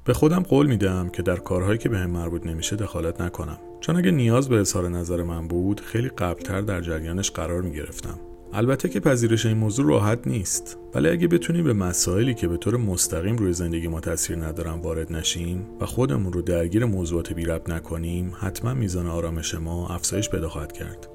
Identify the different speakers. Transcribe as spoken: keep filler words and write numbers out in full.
Speaker 1: به خودم قول میدم که در کارهایی که بهم مربوط نمیشه دخالت نکنم، چون اگه نیاز به اظهار نظر من بود خیلی قبلتر در جریانش قرار میگرفتم. البته که پذیرش این موضوع راحت نیست، ولی اگه بتونیم به مسائلی که به طور مستقیم روی زندگی ما تاثیر ندارن وارد نشیم و خودمون رو درگیر موضوعات بی ربط نکنیم، حتما میزان آرامش ما افزایش پیدا خواهد کرد.